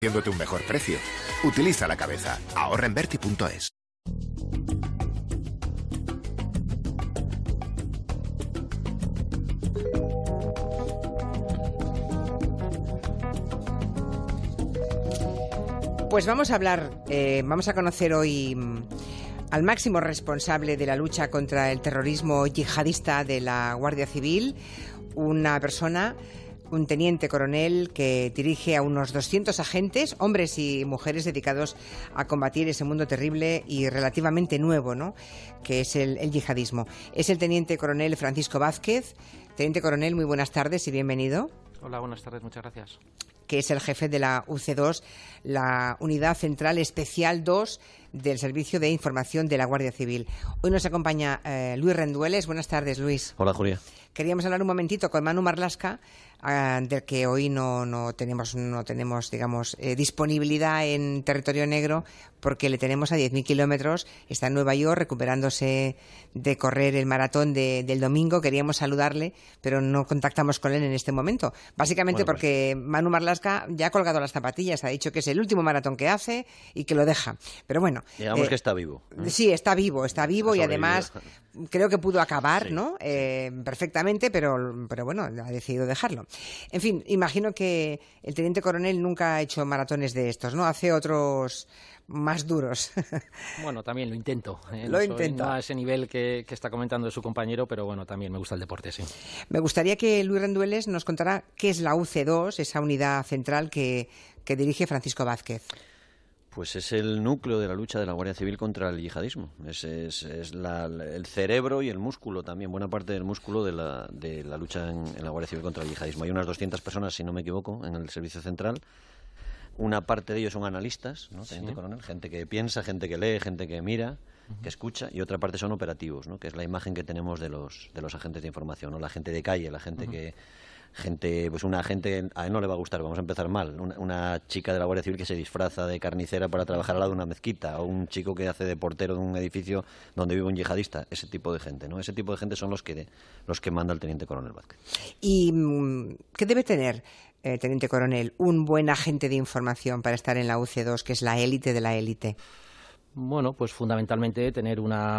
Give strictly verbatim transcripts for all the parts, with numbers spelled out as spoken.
Haciéndote un mejor precio. Utiliza la cabeza. Ahorra en Berti punto es. Pues vamos a hablar, eh, vamos a conocer hoy mmm, al máximo responsable de la lucha contra el terrorismo yihadista de la Guardia Civil, una persona, un teniente coronel que dirige a unos doscientos agentes, hombres y mujeres dedicados a combatir ese mundo terrible y relativamente nuevo, ¿no?, que es el, el yihadismo. Es el teniente coronel Francisco Vázquez. Teniente coronel, muy buenas tardes y bienvenido. Hola, buenas tardes, muchas gracias. Que es el jefe de la U C dos, la Unidad Central Especial dos del Servicio de Información de la Guardia Civil. Hoy nos acompaña eh, Luis Rendueles. Buenas tardes, Luis. Hola, Julia. Queríamos hablar un momentito con Manu Marlasca, uh, del que hoy no, no tenemos, no tenemos digamos, eh, disponibilidad en territorio negro, porque le tenemos a diez mil kilómetros. Está en Nueva York recuperándose de correr el maratón de, del domingo. Queríamos saludarle, pero no contactamos con él en este momento. Básicamente bueno, porque pues... Manu Marlasca ya ha colgado las zapatillas, ha dicho que es el último maratón que hace y que lo deja. Pero bueno. Digamos eh, que está vivo. ¿eh? Sí, está vivo, está vivo y además creo que pudo acabar, sí, ¿no? Eh, perfectamente, pero, pero bueno, ha decidido dejarlo. En fin, imagino que el teniente coronel nunca ha hecho maratones de estos, ¿no? Hace otros más duros. Bueno, también lo intento. ¿eh? Lo no intento. No a ese nivel que, que está comentando de su compañero, pero bueno, también me gusta el deporte, sí. Me gustaría que Luis Rendueles nos contara qué es la U C dos, esa unidad central que, que dirige Francisco Vázquez. Pues es el núcleo de la lucha de la Guardia Civil contra el yihadismo. Es, es, es la, el cerebro y el músculo también, buena parte del músculo de la, de la lucha en, en la Guardia Civil contra el yihadismo. Hay unas doscientas personas, si no me equivoco, en el servicio central. Una parte de ellos son analistas, ¿no? Teniente sí. coronel, gente que piensa, gente que lee, gente que mira, uh-huh. que escucha, y otra parte son operativos, ¿no? Que es la imagen que tenemos de los, de los agentes de información, ¿no? La gente de calle, la gente uh-huh. que... gente, pues una gente, a él no le va a gustar, vamos a empezar mal, una, una chica de la Guardia Civil que se disfraza de carnicera para trabajar al lado de una mezquita, o un chico que hace de portero de un edificio donde vive un yihadista, ese tipo de gente, ¿no? Ese tipo de gente son los que, los que manda el teniente coronel Vázquez. ¿Y qué debe tener, eh, teniente coronel, un buen agente de información para estar en la U C dos, que es la élite de la élite? Bueno, pues fundamentalmente tener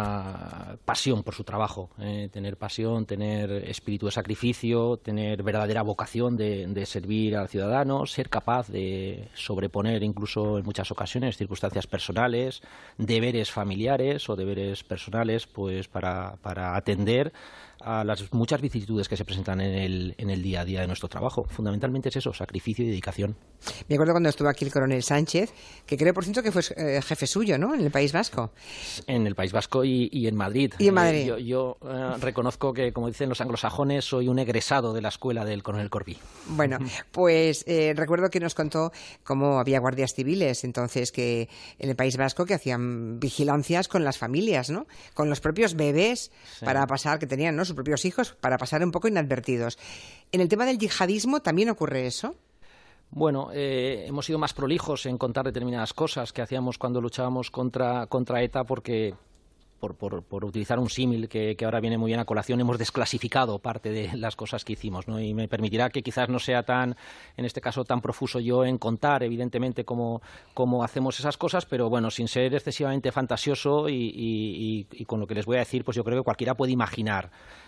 una pasión por su trabajo, eh, tener pasión, tener espíritu de sacrificio, tener verdadera vocación de, de servir al ciudadano, ser capaz de sobreponer incluso en muchas ocasiones circunstancias personales, deberes familiares o deberes personales, pues para, para atender a las muchas vicisitudes que se presentan en el, en el día a día de nuestro trabajo. Fundamentalmente es eso, sacrificio y dedicación. Me acuerdo cuando estuvo aquí el coronel Sánchez, que creo, por cierto, que fue eh, jefe suyo, ¿no?, en el País Vasco. En el País Vasco y, y en Madrid. Y en Madrid. Eh, yo yo eh, reconozco que, como dicen los anglosajones, soy un egresado de la escuela del coronel Corbí. Bueno, pues eh, recuerdo que nos contó cómo había guardias civiles entonces que en el País Vasco que hacían vigilancias con las familias, ¿no?, con los propios bebés, sí, para pasar, que tenían, ¿no?, sus propios hijos, para pasar un poco inadvertidos. ¿En el tema del yihadismo también ocurre eso? Bueno, eh, hemos sido más prolijos en contar determinadas cosas que hacíamos cuando luchábamos contra, contra ETA porque... Por, por, por utilizar un símil que, que ahora viene muy bien a colación, hemos desclasificado parte de las cosas que hicimos, ¿no? Y me permitirá que quizás no sea tan, en este caso, tan profuso yo en contar, evidentemente, cómo, cómo hacemos esas cosas, pero bueno, sin ser excesivamente fantasioso y, y, y, y con lo que les voy a decir, pues yo creo que cualquiera puede imaginar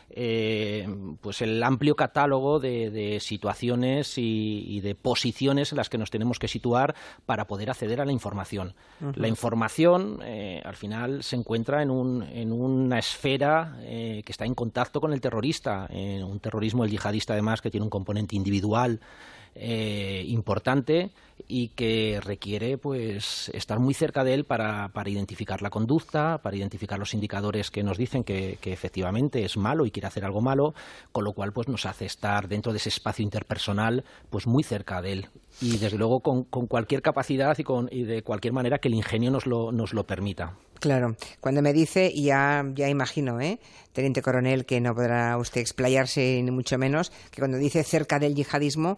eh, pues el amplio catálogo de, de situaciones y, y de posiciones en las que nos tenemos que situar para poder acceder a la información. Uh-huh. La información, eh, al final, se encuentra en un en una esfera eh, que está en contacto con el terrorista, eh, un terrorismo, el yihadista además, que tiene un componente individual eh, importante y que requiere pues estar muy cerca de él para, para identificar la conducta, para identificar los indicadores que nos dicen que, que efectivamente es malo y quiere hacer algo malo, con lo cual pues nos hace estar dentro de ese espacio interpersonal pues muy cerca de él y desde luego con, con cualquier capacidad y, con, y de cualquier manera que el ingenio nos lo, nos lo permita. Claro, cuando me dice, y ya, ya imagino, ¿eh?, teniente coronel, que no podrá usted explayarse ni mucho menos, que cuando dice cerca del yihadismo,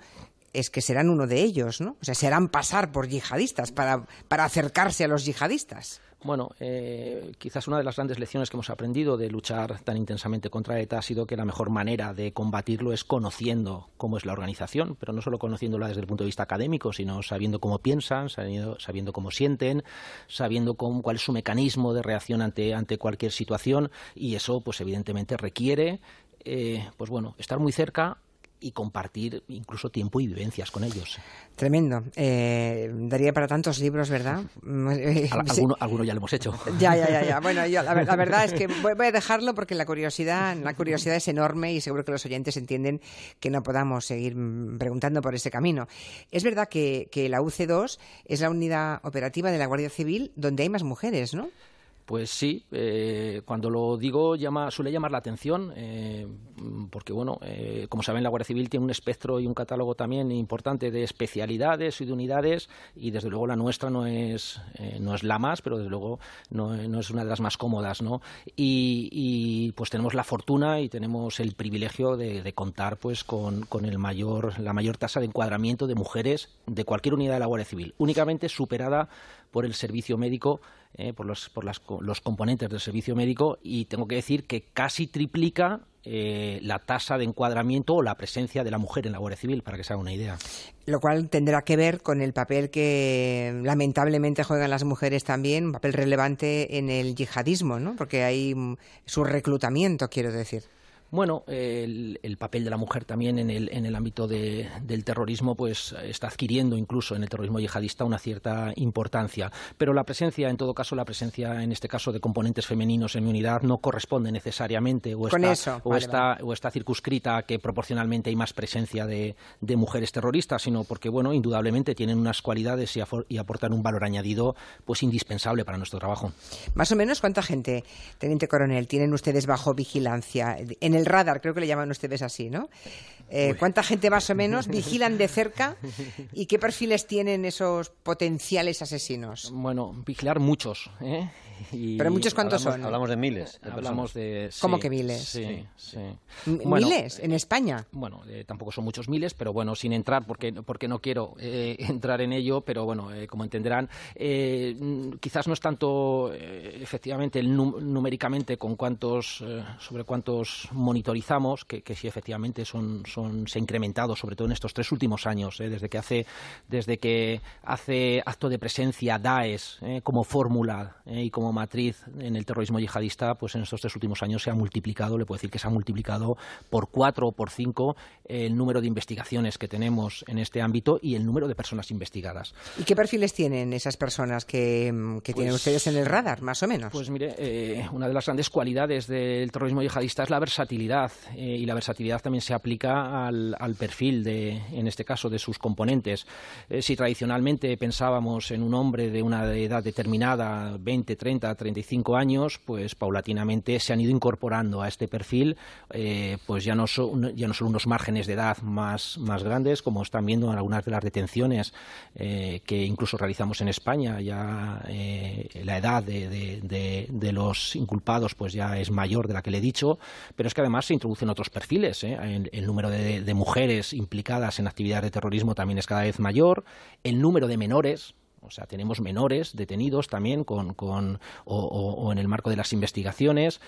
es que serán uno de ellos, ¿no? O sea, se harán pasar por yihadistas para, para acercarse a los yihadistas. Bueno, eh, quizás una de las grandes lecciones que hemos aprendido de luchar tan intensamente contra ETA ha sido que la mejor manera de combatirlo es conociendo cómo es la organización, pero no solo conociéndola desde el punto de vista académico, sino sabiendo cómo piensan, sabiendo, sabiendo cómo sienten, sabiendo cómo, cuál es su mecanismo de reacción ante, ante cualquier situación, y eso, pues evidentemente requiere, eh, pues bueno, estar muy cerca y compartir incluso tiempo y vivencias con ellos. Tremendo. Eh, daría para tantos libros, ¿verdad? Alguno, alguno ya lo hemos hecho. Ya, ya, ya. ya. Bueno, yo, la, la verdad es que voy, voy a dejarlo porque la curiosidad, la curiosidad es enorme y seguro que los oyentes entienden que no podamos seguir preguntando por ese camino. Es verdad que, que la U C dos es la unidad operativa de la Guardia Civil donde hay más mujeres, ¿no? Pues sí, eh, cuando lo digo llama, suele llamar la atención, eh, porque bueno, eh, como saben, la Guardia Civil tiene un espectro y un catálogo también importante de especialidades y de unidades, y desde luego la nuestra no es eh, no es la más, pero desde luego no, no es una de las más cómodas, ¿no? Y, y pues tenemos la fortuna y tenemos el privilegio de, de contar pues con, con el mayor la mayor tasa de encuadramiento de mujeres de cualquier unidad de la Guardia Civil, únicamente superada por el servicio médico, eh, por, los, por las, los componentes del servicio médico, y tengo que decir que casi triplica eh, la tasa de encuadramiento o la presencia de la mujer en la Guardia Civil, para que se haga una idea. Lo cual tendrá que ver con el papel que lamentablemente juegan las mujeres también, un papel relevante en el yihadismo, ¿no? Porque hay su reclutamiento, quiero decir. Bueno, el, el papel de la mujer también en el, en el ámbito de, del terrorismo pues está adquiriendo incluso en el terrorismo yihadista una cierta importancia, pero la presencia, en todo caso, la presencia en este caso de componentes femeninos en mi unidad no corresponde necesariamente o Con está, eso, o, vale, está vale. o está circunscrita a que proporcionalmente hay más presencia de, de mujeres terroristas, sino porque, bueno, indudablemente tienen unas cualidades y, afor, y aportan un valor añadido pues indispensable para nuestro trabajo. Más o menos, ¿cuánta gente, teniente coronel, tienen ustedes bajo vigilancia? En el radar, creo que le llaman ustedes así, ¿no? Eh, ¿Cuánta gente más o menos vigilan de cerca y qué perfiles tienen esos potenciales asesinos? Bueno, vigilar muchos, ¿eh? Y ¿Pero muchos cuántos hablamos, son? Hablamos de miles. De hablamos de... ¿Cómo sí, que miles? Sí, sí. ¿Miles? Bueno, ¿En España? Bueno, eh, tampoco son muchos miles, pero bueno, sin entrar, porque, porque no quiero eh, entrar en ello, pero bueno, eh, como entenderán, eh, quizás no es tanto eh, efectivamente el num numéricamente con cuántos, eh, sobre cuántos monitorizamos, que, que sí efectivamente son, son, se ha incrementado, sobre todo en estos tres últimos años, eh, desde que hace, desde que hace acto de presencia Daesh eh, como fórmula eh, y como matriz en el terrorismo yihadista, pues en estos tres últimos años se ha multiplicado, le puedo decir que se ha multiplicado por cuatro o por cinco el número de investigaciones que tenemos en este ámbito y el número de personas investigadas. ¿Y qué perfiles tienen esas personas que, que pues, tienen ustedes en el radar, más o menos? Pues mire, eh, una de las grandes cualidades del terrorismo yihadista es la versatilidad, eh, y la versatilidad también se aplica al, al perfil, de, en este caso, de sus componentes. Eh, si tradicionalmente pensábamos en un hombre de una edad determinada, veinte, treinta, treinta y cinco años, pues paulatinamente se han ido incorporando a este perfil, eh, pues ya no son ya no son unos márgenes de edad más, más grandes, como están viendo en algunas de las detenciones eh, que incluso realizamos en España. Ya eh, la edad de, de, de, de los inculpados pues ya es mayor de la que le he dicho, pero es que además se introducen otros perfiles, ¿eh? El, el número de, de mujeres implicadas en actividades de terrorismo también es cada vez mayor, el número de menores. O sea, tenemos menores detenidos también con, con, o, o, o en el marco de las investigaciones.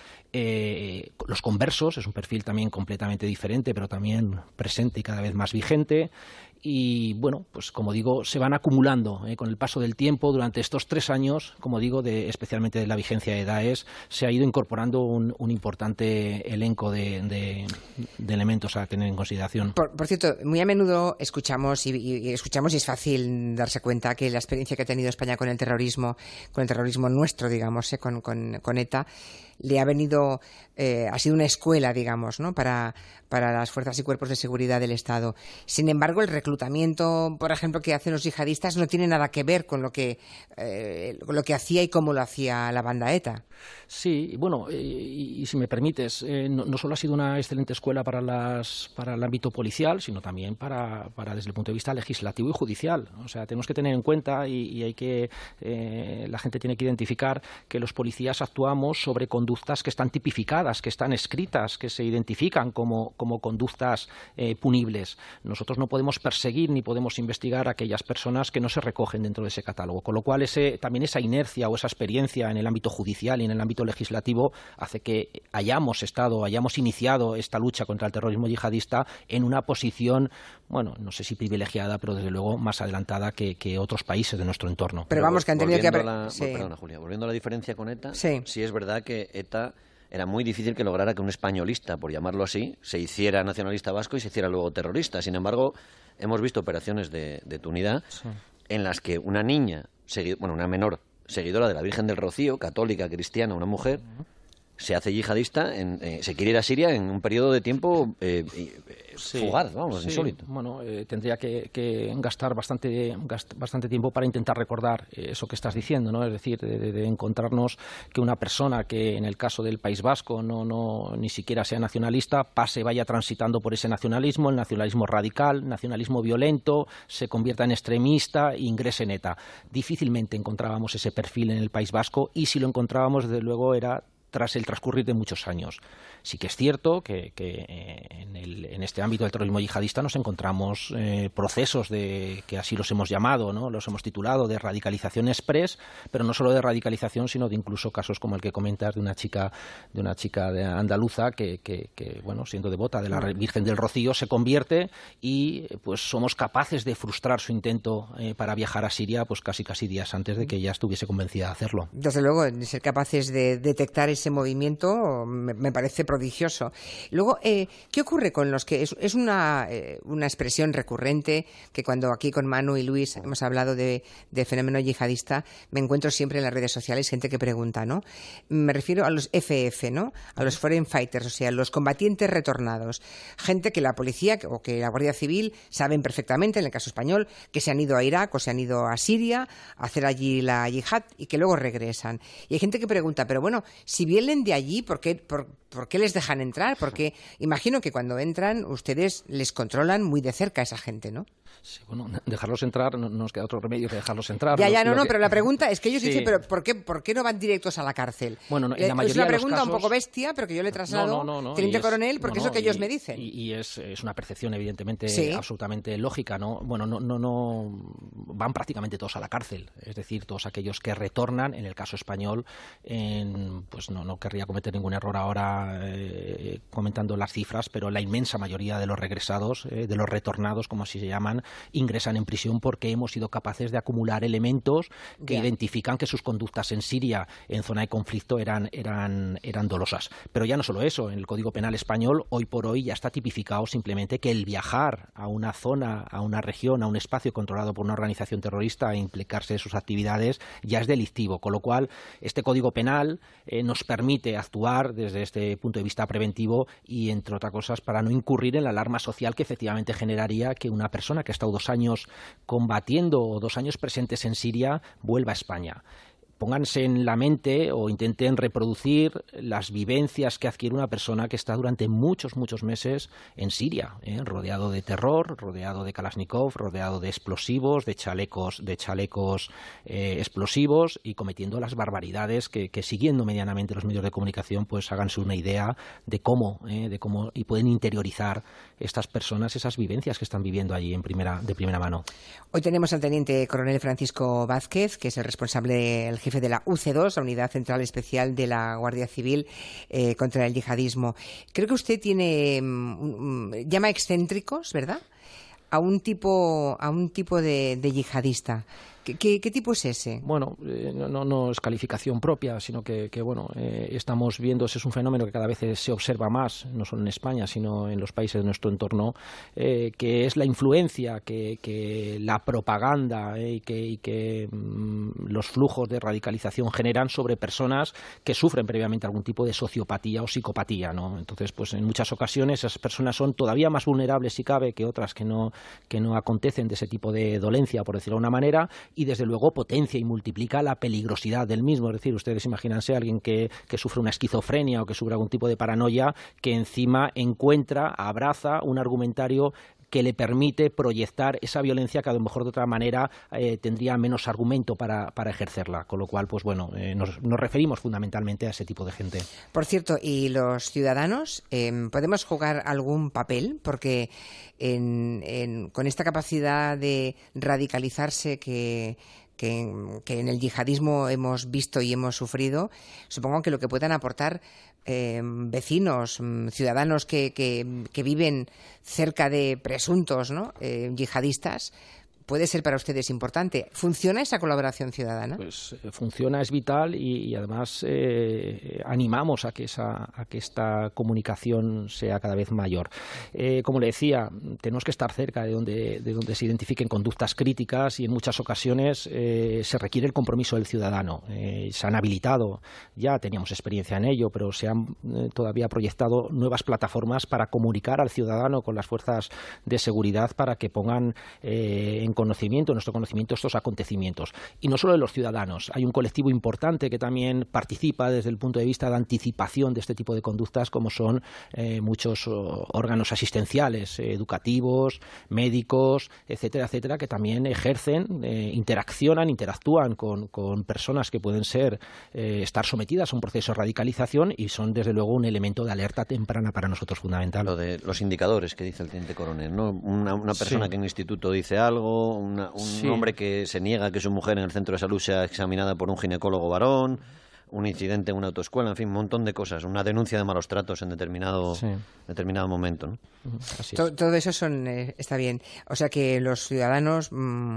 Eh, los conversos es un perfil también completamente diferente, pero también presente y cada vez más vigente. Y bueno, pues como digo, se van acumulando eh, con el paso del tiempo. Durante estos tres años, como digo, de, especialmente de la vigencia de Daesh, se ha ido incorporando un, un importante elenco de, de, de elementos a tener en consideración. Por, por cierto, muy a menudo escuchamos y, y escuchamos y es fácil darse cuenta que la experiencia que ha tenido España con el terrorismo, con el terrorismo nuestro, digamos, eh, con, con, con ETA, le ha venido, eh, ha sido una escuela, digamos, ¿no? para, para las fuerzas y cuerpos de seguridad del Estado. Sin embargo, el reclutamiento, por ejemplo, que hacen los yihadistas no tiene nada que ver con lo que, eh, lo que hacía y cómo lo hacía la banda ETA. Sí, bueno, eh, y, y si me permites, eh, no, no solo ha sido una excelente escuela para, las, para el ámbito policial, sino también para, para desde el punto de vista legislativo y judicial. O sea, tenemos que tener en cuenta y, y hay que, eh, la gente tiene que identificar que los policías actuamos sobre conductas que están tipificadas, que están escritas, que se identifican como, como conductas eh, punibles. Nosotros no podemos perseguir perseguir ni podemos investigar a aquellas personas que no se recogen dentro de ese catálogo. Con lo cual, ese, también esa inercia o esa experiencia en el ámbito judicial y en el ámbito legislativo hace que hayamos estado, hayamos iniciado esta lucha contra el terrorismo yihadista en una posición, bueno, no sé si privilegiada, pero desde luego más adelantada que, que otros países de nuestro entorno. Pero, pero vamos, que han tenido que... La, sí. Perdona, Julia, volviendo a la diferencia con ETA, sí, sí es verdad que ETA... Era muy difícil que lograra que un españolista, por llamarlo así, se hiciera nacionalista vasco y se hiciera luego terrorista. Sin embargo, hemos visto operaciones de, de Tunidad sí. en las que una niña, segui- bueno, una menor seguidora de la Virgen del Rocío, católica, cristiana, una mujer, uh-huh. se hace yihadista, en, eh, se quiere ir a Siria en un periodo de tiempo eh, eh, sí, fugaz, vamos, sí. insólito. Bueno, eh, tendría que, que gastar bastante, gast, bastante tiempo para intentar recordar eh, eso que estás diciendo, ¿no? Es decir, de, de encontrarnos que una persona que en el caso del País Vasco no, no ni siquiera sea nacionalista, pase, vaya transitando por ese nacionalismo, el nacionalismo radical, nacionalismo violento, se convierta en extremista e ingrese en ETA. Difícilmente encontrábamos ese perfil en el País Vasco y si lo encontrábamos, desde luego, era tras el transcurrir de muchos años. Sí que es cierto que, que en, el, en este ámbito del terrorismo yihadista nos encontramos eh, procesos de que así los hemos llamado, ¿no? Los hemos titulado de radicalización express, pero no solo de radicalización, sino de incluso casos como el que comentas de una chica de una chica de andaluza que, que, que bueno, siendo devota de la Virgen del Rocío, se convierte y pues somos capaces de frustrar su intento eh, para viajar a Siria pues casi casi días antes de que ella estuviese convencida de hacerlo. Desde luego, ser capaces de detectar ese movimiento me, me parece prodigioso. Luego, eh, ¿qué ocurre con los que...? Es, es una, eh, una expresión recurrente que cuando aquí con Manu y Luis hemos hablado de, de fenómeno yihadista, me encuentro siempre en las redes sociales gente que pregunta, ¿no? Me refiero a los F F, ¿no? A los Foreign Fighters, o sea, los combatientes retornados. Gente que la policía o que la Guardia Civil saben perfectamente, en el caso español, que se han ido a Irak o se han ido a Siria a hacer allí la yihad y que luego regresan. Y hay gente que pregunta, pero bueno, si vienen de allí, ¿por qué, por, ¿por qué les dejan entrar? Porque imagino que cuando entran ustedes les controlan muy de cerca a esa gente, ¿no? Sí, bueno, dejarlos entrar, no, no nos queda otro remedio que dejarlos entrar. Ya, ya, lo, no, lo no, que... pero la pregunta es que ellos sí. dicen, pero ¿por qué, ¿por qué no van directos a la cárcel? Bueno, no, en la mayoría es una de pregunta los casos... un poco bestia, pero que yo le traslado, no, no, no, no, teniente es, coronel, porque no, no, es lo que ellos y, me dicen. Y, y es, es una percepción evidentemente ¿Sí? absolutamente lógica, ¿no? Bueno, no, no, no, van prácticamente todos a la cárcel, es decir, todos aquellos que retornan, en el caso español, en, pues no, no querría cometer ningún error ahora eh, comentando las cifras, pero la inmensa mayoría de los regresados, eh, de los retornados, como así se llaman, ingresan en prisión porque hemos sido capaces de acumular elementos que yeah. identifican que sus conductas en Siria, en zona de conflicto, eran, eran, eran dolosas. Pero ya no solo eso, en el Código Penal español, hoy por hoy ya está tipificado simplemente que el viajar a una zona, a una región, a un espacio controlado por una organización terrorista e implicarse en sus actividades ya es delictivo, con lo cual este Código Penal eh, nos permite actuar desde este punto de vista preventivo y, entre otras cosas, para no incurrir en la alarma social que efectivamente generaría que una persona que ha estado dos años combatiendo o dos años presentes en Siria vuelva a España. Pónganse en la mente o intenten reproducir las vivencias que adquiere una persona que está durante muchos, muchos meses en Siria, ¿eh? rodeado de terror, rodeado de Kalashnikov, rodeado de explosivos, de chalecos, de chalecos eh, explosivos y cometiendo las barbaridades que, que siguiendo medianamente los medios de comunicación, pues háganse una idea de cómo, ¿eh? de cómo y pueden interiorizar estas personas esas vivencias que están viviendo allí en primera, de primera mano. Hoy tenemos al teniente coronel Francisco Vázquez, que es el responsable, el jefe de la U C dos, la Unidad Central Especial de la Guardia Civil eh, contra el Yihadismo. Creo que usted tiene, um, llama excéntricos, ¿verdad?, a un tipo, a un tipo de, de yihadista. ¿Qué, qué, ¿Qué tipo es ese? Bueno, eh, no, no, no es calificación propia, sino que, que bueno, eh, estamos viendo, ese es un fenómeno que cada vez se observa más, no solo en España, sino en los países de nuestro entorno, eh, que es la influencia que, que la propaganda eh, y que, y que mmm, los flujos de radicalización generan sobre personas que sufren previamente algún tipo de sociopatía o psicopatía, ¿no? Entonces, pues en muchas ocasiones esas personas son todavía más vulnerables, si cabe, que otras que no, que no acontecen de ese tipo de dolencia, por decirlo de una manera, y desde luego potencia y multiplica la peligrosidad del mismo. Es decir, ustedes imagínense a alguien que, que sufre una esquizofrenia o que sufre algún tipo de paranoia, que encima encuentra, abraza un argumentario que le permite proyectar esa violencia que a lo mejor de otra manera eh, tendría menos argumento para, para ejercerla. Con lo cual, pues bueno, eh, nos, nos referimos fundamentalmente a ese tipo de gente. Por cierto, ¿y los ciudadanos eh, podemos jugar algún papel? Porque en, en, con esta capacidad de radicalizarse que... Que, que en el yihadismo hemos visto y hemos sufrido, supongo que lo que puedan aportar eh, vecinos, ciudadanos que, que, que viven cerca de presuntos, ¿no? eh, yihadistas, puede ser para ustedes importante. ¿Funciona esa colaboración ciudadana? Pues eh, funciona, es vital y, y además eh, animamos a que, esa, a que esta comunicación sea cada vez mayor. Eh, como le decía, tenemos que estar cerca de donde, de donde se identifiquen conductas críticas y en muchas ocasiones eh, se requiere el compromiso del ciudadano. Eh, se han habilitado, ya teníamos experiencia en ello, pero se han eh, todavía proyectado nuevas plataformas para comunicar al ciudadano con las fuerzas de seguridad para que pongan eh, en conocimiento, nuestro conocimiento, estos acontecimientos. Y no solo de los ciudadanos, hay un colectivo importante que también participa desde el punto de vista de anticipación de este tipo de conductas, como son eh, muchos oh, órganos asistenciales, eh, educativos, médicos, etcétera, etcétera, que también ejercen, eh, interaccionan, interactúan con, con personas que pueden ser, eh, estar sometidas a un proceso de radicalización y son, desde luego, un elemento de alerta temprana para nosotros fundamental. Lo de los indicadores que dice el teniente coronel, ¿no? Una, una persona sí. que en el instituto dice algo, Una, un sí. hombre que se niega que su mujer en el centro de salud sea examinada por un ginecólogo varón, un incidente en una autoescuela, en fin, un montón de cosas, una denuncia de malos tratos en determinado, sí. determinado momento, ¿no? Así todo, todo eso son, eh, está bien. O sea que los ciudadanos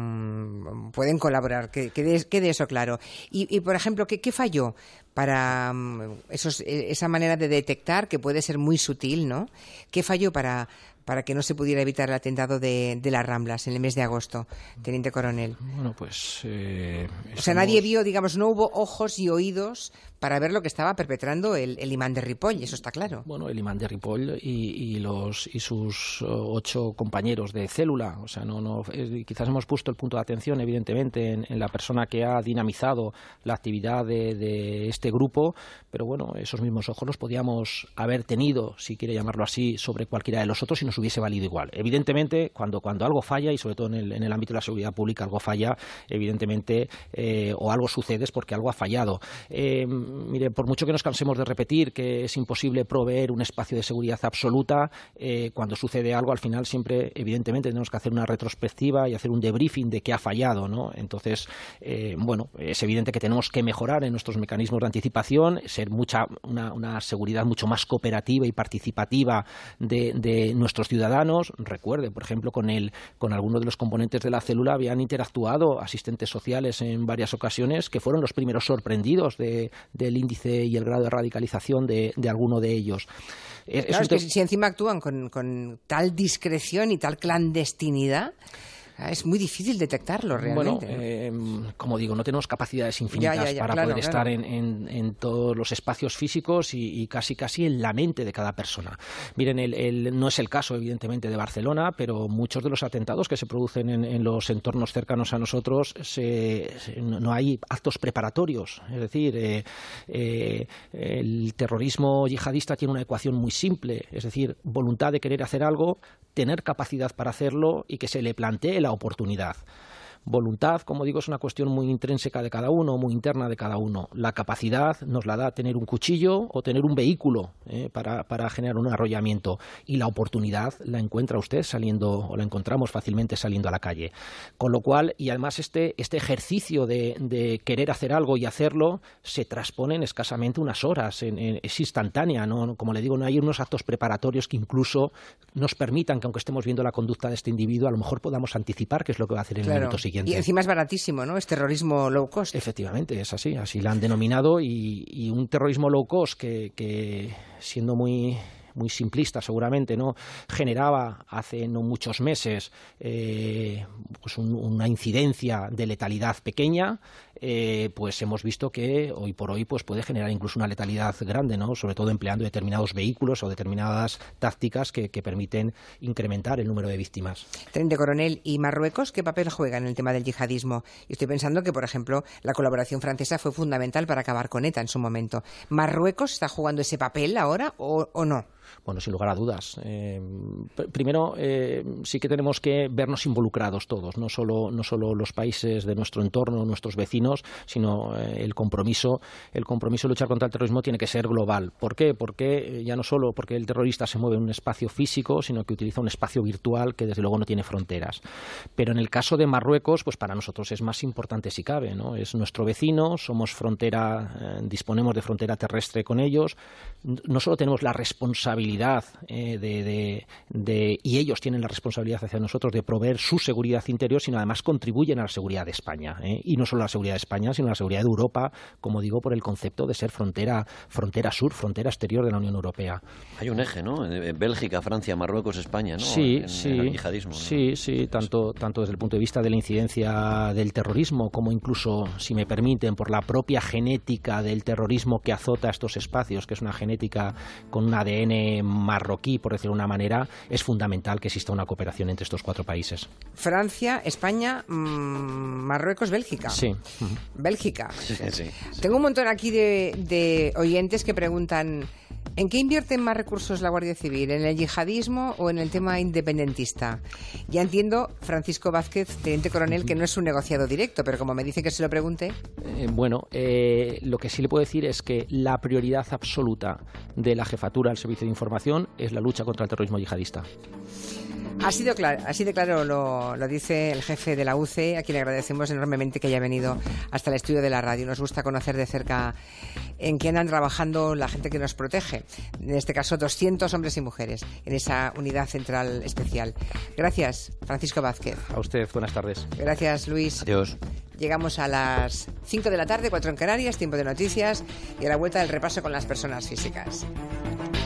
mmm, pueden colaborar, que quede que eso claro. Y, y por ejemplo, ¿qué, qué falló para um, esos, esa manera de detectar, que puede ser muy sutil, ¿no? ¿Qué falló para... para que no se pudiera evitar el atentado de, de las Ramblas en el mes de agosto, teniente coronel? Bueno, pues... Eh, o sea, nadie vio, digamos, no hubo ojos y oídos para ver lo que estaba perpetrando el, el imán de Ripoll, eso está claro. Bueno, el imán de Ripoll y, y, los, y sus ocho compañeros de célula, o sea, no, no eh, quizás hemos puesto el punto de atención, evidentemente, en, en la persona que ha dinamizado la actividad de, de este grupo, pero bueno, esos mismos ojos los podíamos haber tenido, si quiere llamarlo así, sobre cualquiera de los otros y nos hubiese valido igual. Evidentemente, cuando, cuando algo falla, y sobre todo en el, en el ámbito de la seguridad pública algo falla, evidentemente, eh, o algo sucede es porque algo ha fallado. Eh, mire, por mucho que nos cansemos de repetir que es imposible proveer un espacio de seguridad absoluta, eh, cuando sucede algo, al final siempre, evidentemente, tenemos que hacer una retrospectiva y hacer un debriefing de qué ha fallado, ¿no? Entonces, eh, bueno, es evidente que tenemos que mejorar en nuestros mecanismos de anticipación, ser mucha, una, una seguridad mucho más cooperativa y participativa de, de nuestros ciudadanos. Recuerde, por ejemplo, con el, con algunos de los componentes de la célula habían interactuado asistentes sociales en varias ocasiones que fueron los primeros sorprendidos de, del índice y el grado de radicalización de, de alguno de ellos. Es, claro, es que si encima actúan con, con tal discreción y tal clandestinidad, es muy difícil detectarlo realmente. Bueno, eh, como digo, no tenemos capacidades infinitas ya, ya, ya, para claro, poder claro. estar en, en, en todos los espacios físicos y, y casi casi en la mente de cada persona. Miren, el, el, no es el caso, evidentemente, de Barcelona, pero muchos de los atentados que se producen en, en los entornos cercanos a nosotros, se, se, no hay actos preparatorios. Es decir, eh, eh, el terrorismo yihadista tiene una ecuación muy simple, es decir, voluntad de querer hacer algo, tener capacidad para hacerlo y que se le plantee la oportunidad. Voluntad, como digo, es una cuestión muy intrínseca de cada uno, muy interna de cada uno. La capacidad nos la da tener un cuchillo o tener un vehículo eh, para, para generar un arrollamiento. Y la oportunidad la encuentra usted saliendo, o la encontramos fácilmente saliendo a la calle. Con lo cual, y además este, este ejercicio de, de querer hacer algo y hacerlo, se transpone en escasamente unas horas. En, en, es instantánea, ¿no? Como le digo, no hay unos actos preparatorios que incluso nos permitan que, aunque estemos viendo la conducta de este individuo, a lo mejor podamos anticipar qué es lo que va a hacer en claro. el minuto siguiente. Y encima es baratísimo, ¿no? Es terrorismo low cost. Efectivamente, es así, así la han denominado y, y un terrorismo low cost que, que siendo muy... muy simplista seguramente, ¿no? Generaba hace no muchos meses eh, pues un, una incidencia de letalidad pequeña, eh, pues hemos visto que hoy por hoy pues puede generar incluso una letalidad grande, ¿no? Sobre todo empleando determinados vehículos o determinadas tácticas que, que permiten incrementar el número de víctimas. Teniente coronel, ¿y Marruecos qué papel juega en el tema del yihadismo? Y estoy pensando que, por ejemplo, la colaboración francesa fue fundamental para acabar con ETA en su momento. ¿Marruecos está jugando ese papel ahora o, o no? Bueno, sin lugar a dudas. Eh, primero, eh, sí que tenemos que vernos involucrados todos, no solo, no solo los países de nuestro entorno, nuestros vecinos, sino eh, el compromiso, el compromiso de luchar contra el terrorismo tiene que ser global. ¿Por qué? Porque eh, ya no solo porque el terrorista se mueve en un espacio físico, sino que utiliza un espacio virtual que desde luego no tiene fronteras. Pero en el caso de Marruecos, pues para nosotros es más importante si cabe, ¿no? Es nuestro vecino, somos frontera, eh, disponemos de frontera terrestre con ellos. No solo tenemos la responsabilidad eh, de, de, de, y ellos tienen la responsabilidad hacia nosotros de proveer su seguridad interior, sino además contribuyen a la seguridad de España. ¿eh? Y no solo a la seguridad de España, sino a la seguridad de Europa, como digo, por el concepto de ser frontera, frontera sur, frontera exterior de la Unión Europea. Hay un eje, ¿no? Bélgica, Francia, Marruecos, España, ¿no? Sí, en, sí. En el yihadismo, ¿no? Sí, sí, tanto, tanto desde el punto de vista de la incidencia del terrorismo, como incluso, si me permiten, por la propia genética del terrorismo que azota estos espacios, que es una genética con un A D N marroquí, por decirlo de una manera, es fundamental que exista una cooperación entre estos cuatro países. Francia, España, mmm, Marruecos, Bélgica. Sí. Uh-huh. Bélgica. Sí, sí, sí. Tengo un montón aquí de, de oyentes que preguntan: ¿en qué invierten más recursos la Guardia Civil? ¿En el yihadismo o en el tema independentista? Ya entiendo, Francisco Vázquez, teniente coronel, que no es un negociado directo, pero como me dice que se lo pregunte... Eh, bueno, eh, lo que sí le puedo decir es que la prioridad absoluta de la jefatura del Servicio de Información es la lucha contra el terrorismo yihadista. Ha sido claro, así de claro lo, lo dice el jefe de la U C E, a quien le agradecemos enormemente que haya venido hasta el estudio de la radio. Nos gusta conocer de cerca en qué andan trabajando la gente que nos protege. En este caso, doscientos hombres y mujeres en esa unidad central especial. Gracias, Francisco Vázquez. A usted, buenas tardes. Gracias, Luis. Adiós. Llegamos a las cinco de la tarde, cuatro en Canarias, tiempo de noticias y a la vuelta del repaso con las personas físicas.